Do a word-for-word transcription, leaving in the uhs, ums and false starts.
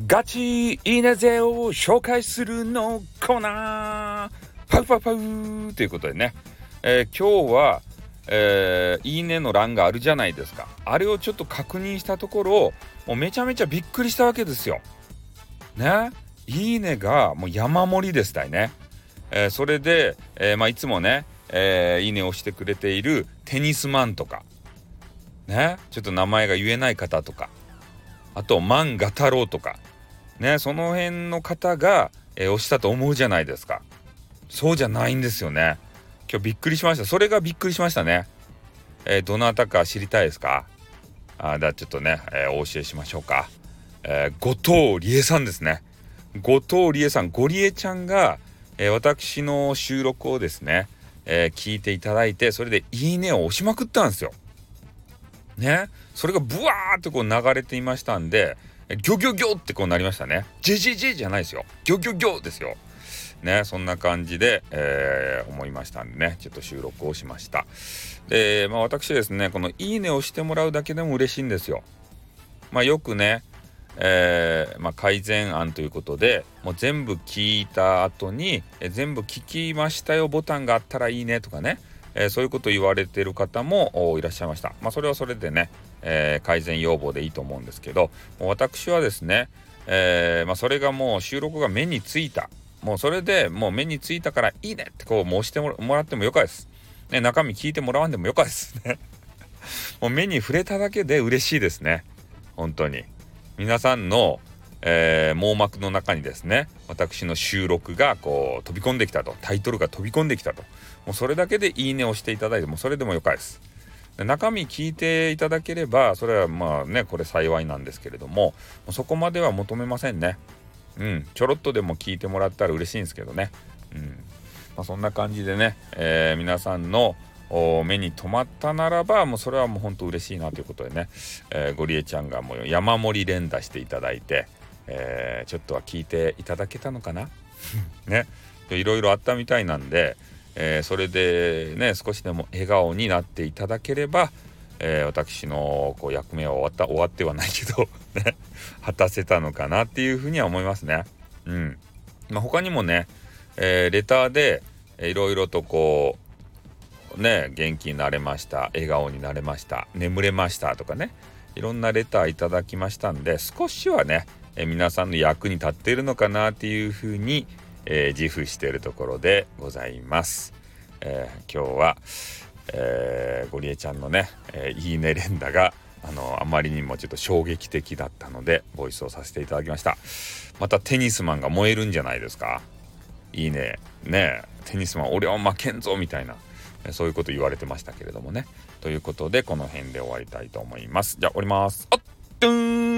ガチいいね勢を紹介するのコーナーパウパウパウということでね、えー、今日は、えー、いいねの欄があるじゃないですか。あれをちょっと確認したところ、もうめちゃめちゃびっくりしたわけですよね。いいねがもう山盛りでしたいね、えー、それで、えーまあ、いつもね、えー、いいねをしてくれているテニスマンとかね、ちょっと名前が言えない方とか、あと万画太郎とかね、その辺の方が、えー、押したと思うじゃないですか。そうじゃないんですよね。今日びっくりしました。それがびっくりしましたね。えー、どなたか知りたいですか？あ、じゃあちょっとね、えー、お教えしましょうか。えー、後藤理恵さんですね。後藤理恵さん、ゴリエちゃんが、えー、私の収録をですね、えー、聞いていただいて、それでいいねを押しまくったんですよ。ね、それがブワーってこう流れていましたんで、ギョギョギョってこうなりましたね。ジェジェジェじゃないですよ。ギョギョギョですよ。ね、そんな感じで、えー、思いましたんでね、ちょっと収録をしました。で、まあ私ですね、このいいねをしてもらうだけでも嬉しいんですよ。まあよくね、えーまあ、改善案ということで、もう全部聞いた後に、え全部聞きましたよボタンがあったらいいねとかね、えー、そういうこと言われている方もいらっしゃいました。まあそれはそれでね、えー、改善要望でいいと思うんですけど、もう私はですね、えーまあ、それがもう収録が目についた、もうそれでもう目についたからいいねってこう申してもらってもよかです、ね、中身聞いてもらわんでもよかですねもう目に触れただけで嬉しいですね。本当に皆さんの、えー、網膜の中にですね、私の収録がこう飛び込んできたと、タイトルが飛び込んできたと、もうそれだけでいいねをしていただいてもそれでもよかです。中身聞いていただければそれはまあね、これ幸いなんですけれども、そこまでは求めませんね。うん、ちょろっとでも聞いてもらったら嬉しいんですけどね。うん、まあ、そんな感じでね、えー、皆さんの目に留まったならばもうそれはもう本当嬉しいなということでね、えー、ゴリエちゃんがもう山盛り連打していただいて、えー、ちょっとは聞いていただけたのかなね、いろいろあったみたいなんで、えー、それでね少しでも笑顔になっていただければ、えー、私のこう役目は終わった終わってはないけどね果たせたのかなっていうふうには思いますね。うん。まあ、他にもね、えー、レターでいろいろとこうね、元気になれました、笑顔になれました、眠れましたとかね、いろんなレターいただきましたんで、少しはね、え皆さんの役に立っているのかなっていうふうに、えー、自負しているところでございます。えー、今日は、えー、ゴリエちゃんのね、えー、いいね連打があのあまりにもちょっと衝撃的だったのでボイスをさせていただきました。またテニスマンが燃えるんじゃないですか。いいね、ねえ、テニスマン俺は負けんぞみたいな、そういうこと言われてましたけれどもね。ということでこの辺で終わりたいと思います。じゃあ終わります。あっとーん。